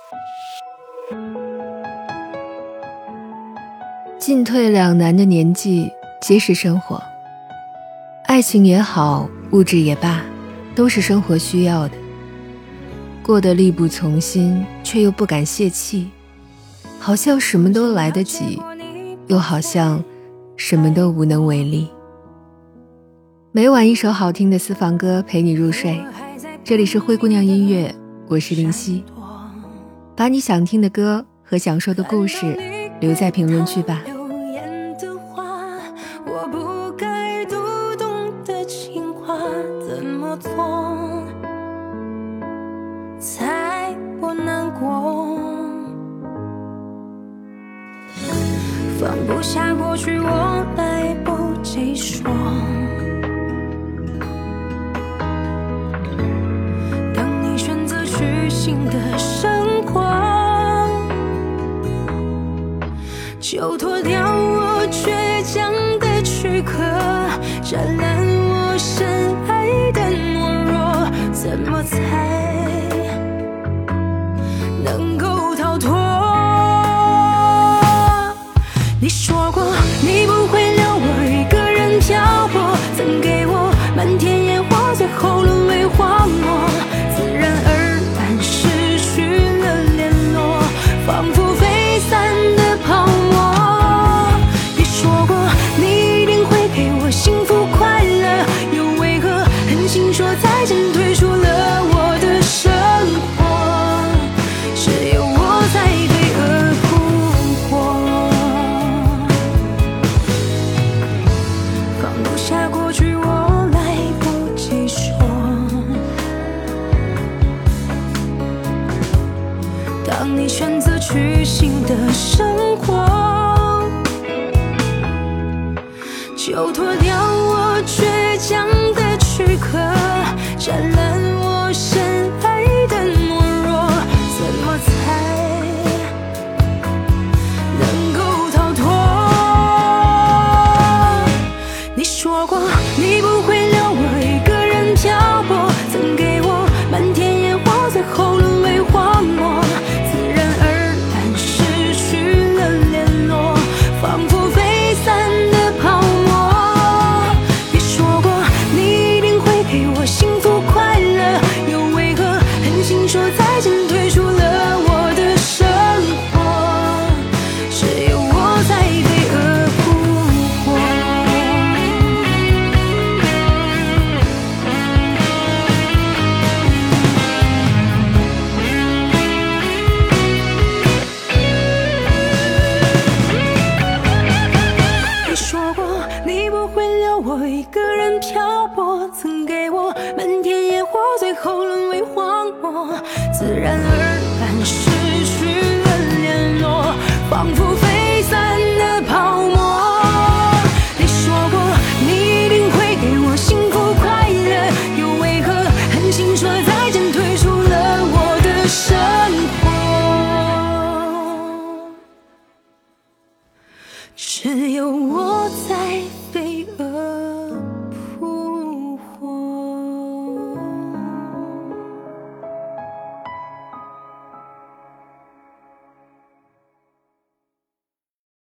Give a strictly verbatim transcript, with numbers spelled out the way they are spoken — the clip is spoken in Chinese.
进退两难的年纪皆是生活，爱情也好，物质也罢，都是生活需要的。过得力不从心，却又不敢泄气，好像什么都来得及，又好像什么都无能为力。每晚一首好听的私房歌陪你入睡，这里是灰姑娘音乐，我是林夕。把你想听的歌和想说的故事留在评论区吧。 我不该读懂的情话怎么做才不难过，放不下过去我来不及说，当你选择去新的生活，就脱掉我倔强的躯壳，斩烂我深爱的懦弱，怎么才能够逃脱？你说过你不会留我一个人漂泊，曾给我漫天烟火，最后沦为荒漠，自然而然失去了联络，仿佛飞散的泡沫。你说过你一定会给我幸福快乐，又为何狠心说再见，退出了我的生活，只有我在对恶扑火，放不下过去我来不及说，当你选择去新的生活，就脱掉我倔强的躯壳，斩烂我深爱的懦弱，怎么才能够逃脱？你说过你不会留我一个人漂泊，曾给我漫天烟火，最后沦为荒漠，自然而然失去了联络，仿佛飞散的泡沫。你说过你一定会给我幸福快乐，又为何狠心说再见，退出了我的生活，只有我在对恶扑火。你说过你不会留我一个人漂泊，曾给我漫天烟火，最后沦为荒漠，自然而然失